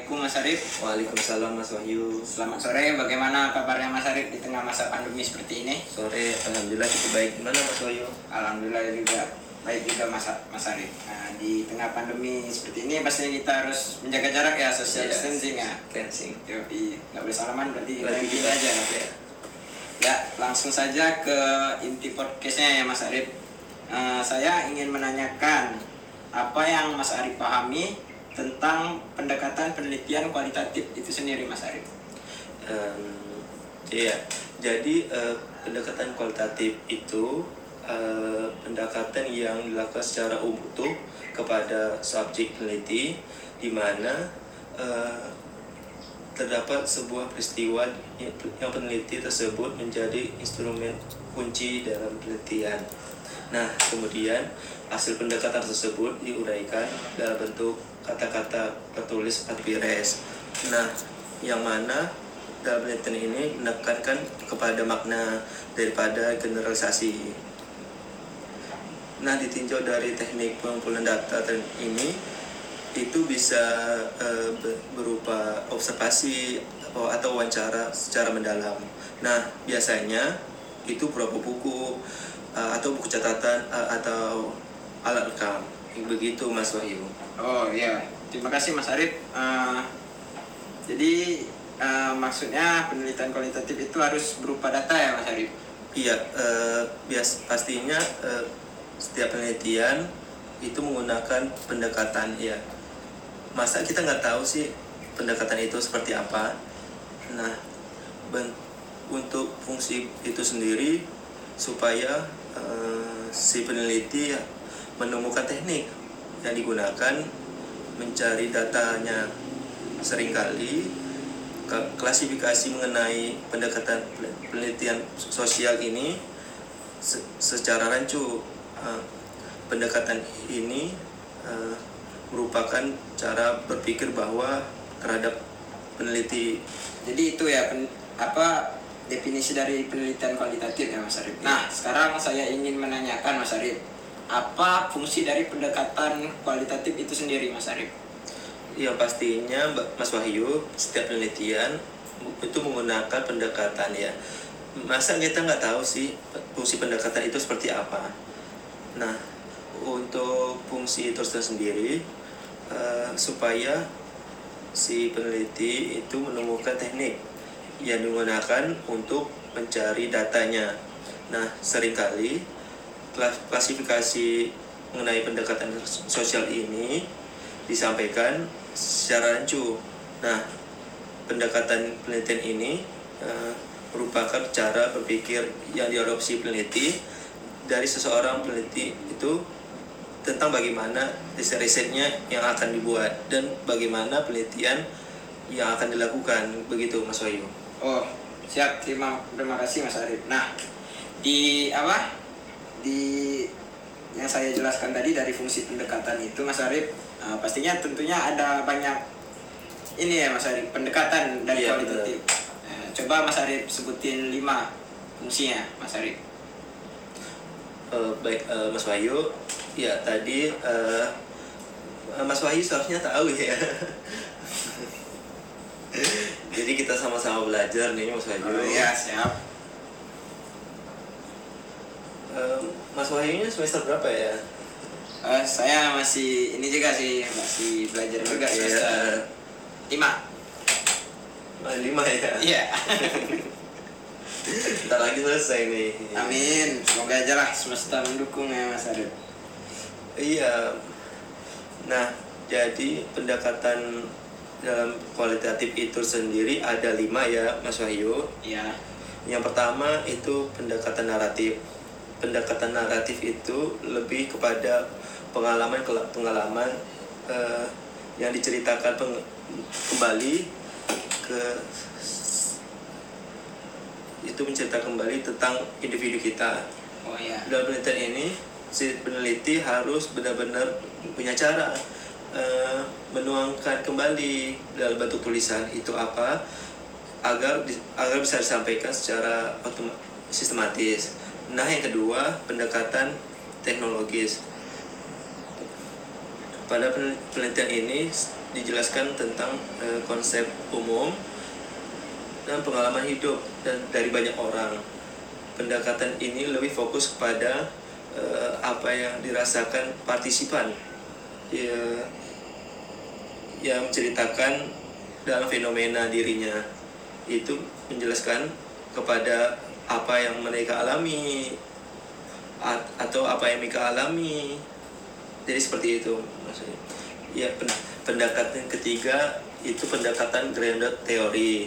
Assalamualaikum Mas Arif. Waalaikumsalam Mas Wahyu. Selamat sore, bagaimana kabarnya Mas Arif di tengah masa pandemi seperti ini? Sore, alhamdulillah cukup baik. Gimana Mas Wahyu? Alhamdulillah juga baik juga Mas Arif. Nah, di tengah pandemi seperti ini pastinya kita harus menjaga jarak ya, social distancing ya. Distancing. Yoi, nggak boleh salaman berarti Berarti kita kita aja. ya. Ya, langsung saja ke inti podcastnya ya Mas Arif. Saya ingin menanyakan apa yang Mas Arif pahami tentang pendekatan penelitian kualitatif itu sendiri Mas Arif. Iya, jadi pendekatan kualitatif itu pendekatan yang dilakukan secara utuh kepada subjek peneliti, di mana terdapat sebuah peristiwa yang peneliti tersebut menjadi instrumen kunci dalam penelitian. Nah, kemudian hasil pendekatan tersebut diuraikan dalam bentuk kata-kata tertulis adpires. Nah, yang mana dalam penelitian ini menekankan kepada makna daripada generalisasi. Nah, ditinjau dari teknik pengumpulan data ini, itu bisa berupa observasi atau wawancara secara mendalam. Nah, biasanya itu berupa buku atau buku catatan atau alat rekam. Begitu Mas Wahyu. Oh iya, terima kasih Mas Arif. Jadi maksudnya penelitian kualitatif itu harus berupa data ya Mas Arif? Iya, pastinya setiap penelitian itu menggunakan pendekatan ya. Masa kita nggak tahu sih pendekatan itu seperti apa? Nah, untuk fungsi itu sendiri supaya si peneliti menemukan teknik yang digunakan mencari datanya. Seringkali klasifikasi mengenai pendekatan penelitian sosial ini secara rancu. Pendekatan ini merupakan cara berpikir bahwa terhadap peneliti. Jadi itu ya definisi dari penelitian kualitatif ya Mas Arif. Nah, sekarang saya ingin menanyakan Mas Arif, apa fungsi dari pendekatan kualitatif itu sendiri Mas Arif? Ya pastinya Mas Wahyu, setiap penelitian itu menggunakan pendekatan ya. Masa kita nggak tahu sih fungsi pendekatan itu seperti apa? Nah, untuk fungsi itu sendiri supaya si peneliti itu menemukan teknik yang digunakan untuk mencari datanya. Nah, seringkali klasifikasi mengenai pendekatan sosial ini disampaikan secara rancu. Nah, pendekatan penelitian ini merupakan cara berpikir yang diadopsi peneliti dari seseorang peneliti itu tentang bagaimana riset-risetnya yang akan dibuat dan bagaimana penelitian yang akan dilakukan. Begitu Mas Wahyu. Oh, siap. Terima kasih Mas Arif. Nah, di yang saya jelaskan tadi dari fungsi pendekatan itu Mas Arif, pastinya tentunya ada banyak ini ya Mas Arif, pendekatan dari kualitatif. Coba Mas Arif sebutin 5 fungsinya Mas Arif. Baik Mas Wahyu, ya tadi Mas Wahyu seharusnya tahu ya. Jadi kita sama-sama belajar nih Mas Wahyu. Oh iya, siap. Mas Wahyu semester berapa ya? Saya masih ini juga sih, masih belajar juga semester 5. 5 ya? Iya. Ntar lagi selesai nih. Amin, semoga aja lah semesta mendukung ya Mas Arif. Iya. Nah, jadi pendekatan dalam kualitatif itu sendiri ada 5 ya Mas Wahyu. Iya. Yang pertama itu pendekatan naratif. Pendekatan naratif itu lebih kepada pengalaman yang diceritakan kembali itu menceritakan kembali tentang individu kita. Oh iya. Dalam penelitian ini si peneliti harus benar-benar punya cara menuangkan kembali dalam bentuk tulisan itu apa agar bisa disampaikan secara sistematis. Nah, yang kedua pendekatan teknologis. Pada penelitian ini dijelaskan tentang konsep umum dan pengalaman hidup dan dari banyak orang. Pendekatan ini lebih fokus kepada apa yang dirasakan partisipan, ya, yang menceritakan dalam fenomena dirinya. Itu menjelaskan kepada apa yang mereka alami atau apa yang mereka alami. Jadi seperti itu maksudnya. Ya, pendekatan ketiga itu pendekatan grounded theory.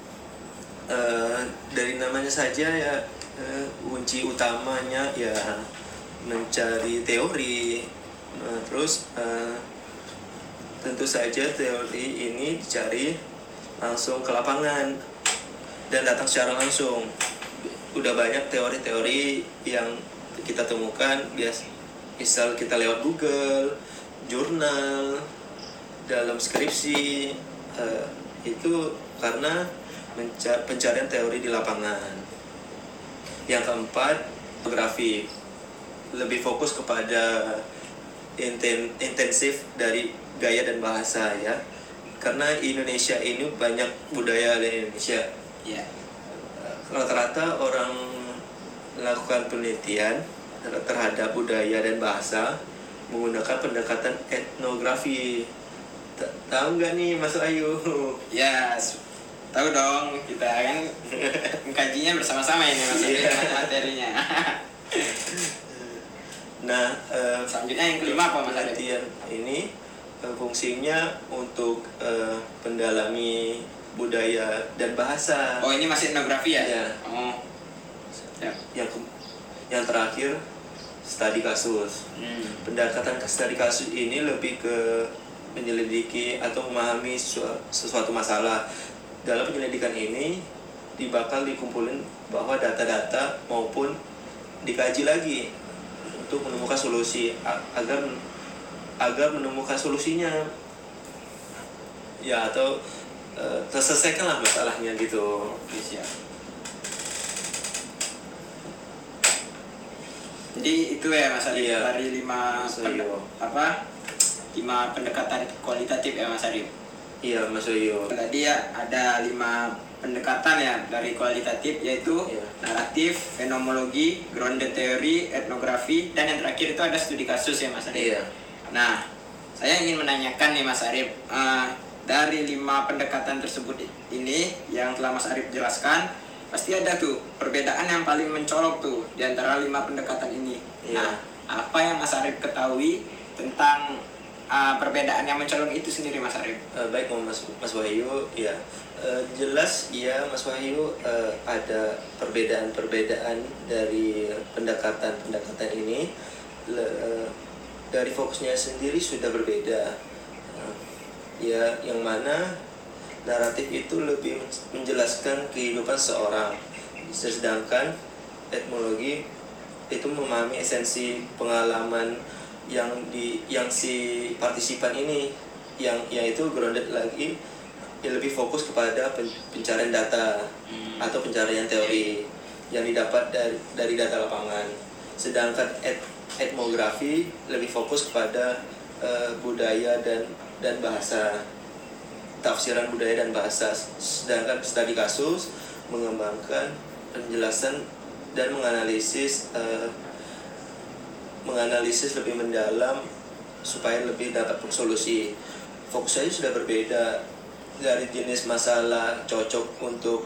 Dari namanya saja ya, kunci utamanya ya mencari teori. Terus tentu saja teori ini dicari langsung ke lapangan dan datang secara langsung. Udah banyak teori-teori yang kita temukan, misal kita lewat Google, jurnal, dalam skripsi, itu karena pencarian teori di lapangan. Yang keempat, fotografi, lebih fokus kepada intensif dari gaya dan bahasa ya, karena Indonesia ini banyak budaya di Indonesia. Ya. Rata-rata orang melakukan penelitian terhadap budaya dan bahasa menggunakan pendekatan etnografi. Tahu nggak nih Mas Ayu? Ya, tahu dong, kita kan mengkajinya bersama-sama ini Mas Arif, materinya. Nah, Selanjutnya yang kelima apa Mas Arif? penelitian ini fungsinya untuk pendalami budaya dan bahasa. Oh, ini masih etnografi ya? Iya. Oh. Ya. Yang terakhir, studi kasus. Pendekatan ke studi kasus ini lebih ke menyelidiki atau memahami sesuatu masalah. Dalam penyelidikan ini bakal dikumpulin bahwa data-data maupun dikaji lagi untuk menemukan solusi agar menemukan solusinya ya, atau terselesaikanlah masalahnya gitu. Siap. Jadi itu ya Mas Arif, Iya. dari 5 pendekatan kualitatif ya Mas Arif. Iya Mas Yoyo. Tadi ya ada 5 pendekatan ya dari kualitatif, yaitu Iya. naratif, fenomenologi, grounded theory, etnografi, dan yang terakhir itu ada studi kasus ya Mas Arif. Iya. Nah, saya ingin menanyakan nih Mas Arif, dari 5 pendekatan tersebut ini yang telah Mas Arif jelaskan, pasti ada tuh perbedaan yang paling mencolok tuh di antara 5 pendekatan ini. Iya. Nah, apa yang Mas Arif ketahui tentang perbedaan yang mencolok itu sendiri Mas Arif? Baik Mas Wahyu, ya jelas ya Mas Wahyu, ada perbedaan-perbedaan dari pendekatan ini. Dari fokusnya sendiri sudah berbeda. Ya, yang mana naratif itu lebih menjelaskan kehidupan seorang, sedangkan etnologi itu memahami esensi pengalaman yang si partisipan ini, yang itu grounded lagi, ya lebih fokus kepada pencarian data atau pencarian teori yang didapat dari data lapangan. Sedangkan etnografi lebih fokus kepada budaya dan bahasa, tafsiran budaya dan bahasa. Sedangkan studi kasus mengembangkan penjelasan dan menganalisis lebih mendalam supaya lebih dapat solusi. Fokus saja sudah berbeda, dari jenis masalah cocok untuk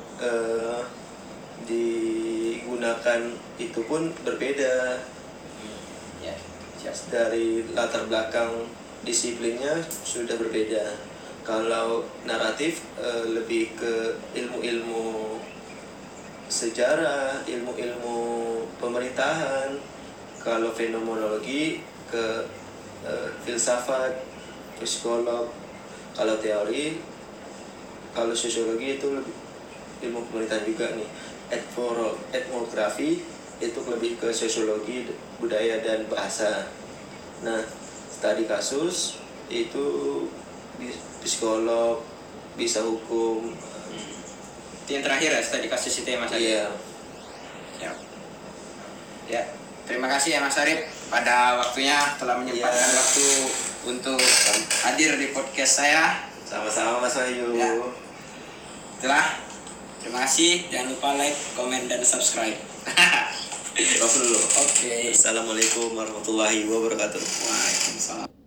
digunakan itu pun berbeda. Ya, siap. Dari latar belakang disiplinnya sudah berbeda. Kalau naratif lebih ke ilmu-ilmu sejarah, ilmu-ilmu pemerintahan. Kalau fenomenologi ke filsafat, psikolog. Kalau teori, kalau sosiologi itu lebih ilmu pemerintahan juga nih. Etnografi itu lebih ke sosiologi, budaya dan bahasa. Nah, studi kasus itu psikolog, bisa hukum. Itu yang terakhir ya, studi kasus itu ya Mas Arif? Iya. Siap. Ya, terima kasih ya Mas Arif pada waktunya telah menyempatkan Iya. waktu untuk hadir di podcast saya. Sama-sama Mas Wahyu. Ya. Itulah. Terima kasih. Jangan lupa like, komen, dan subscribe. Oke. Oke. Assalamualaikum warahmatullahi wabarakatuh. Waalaikumsalam.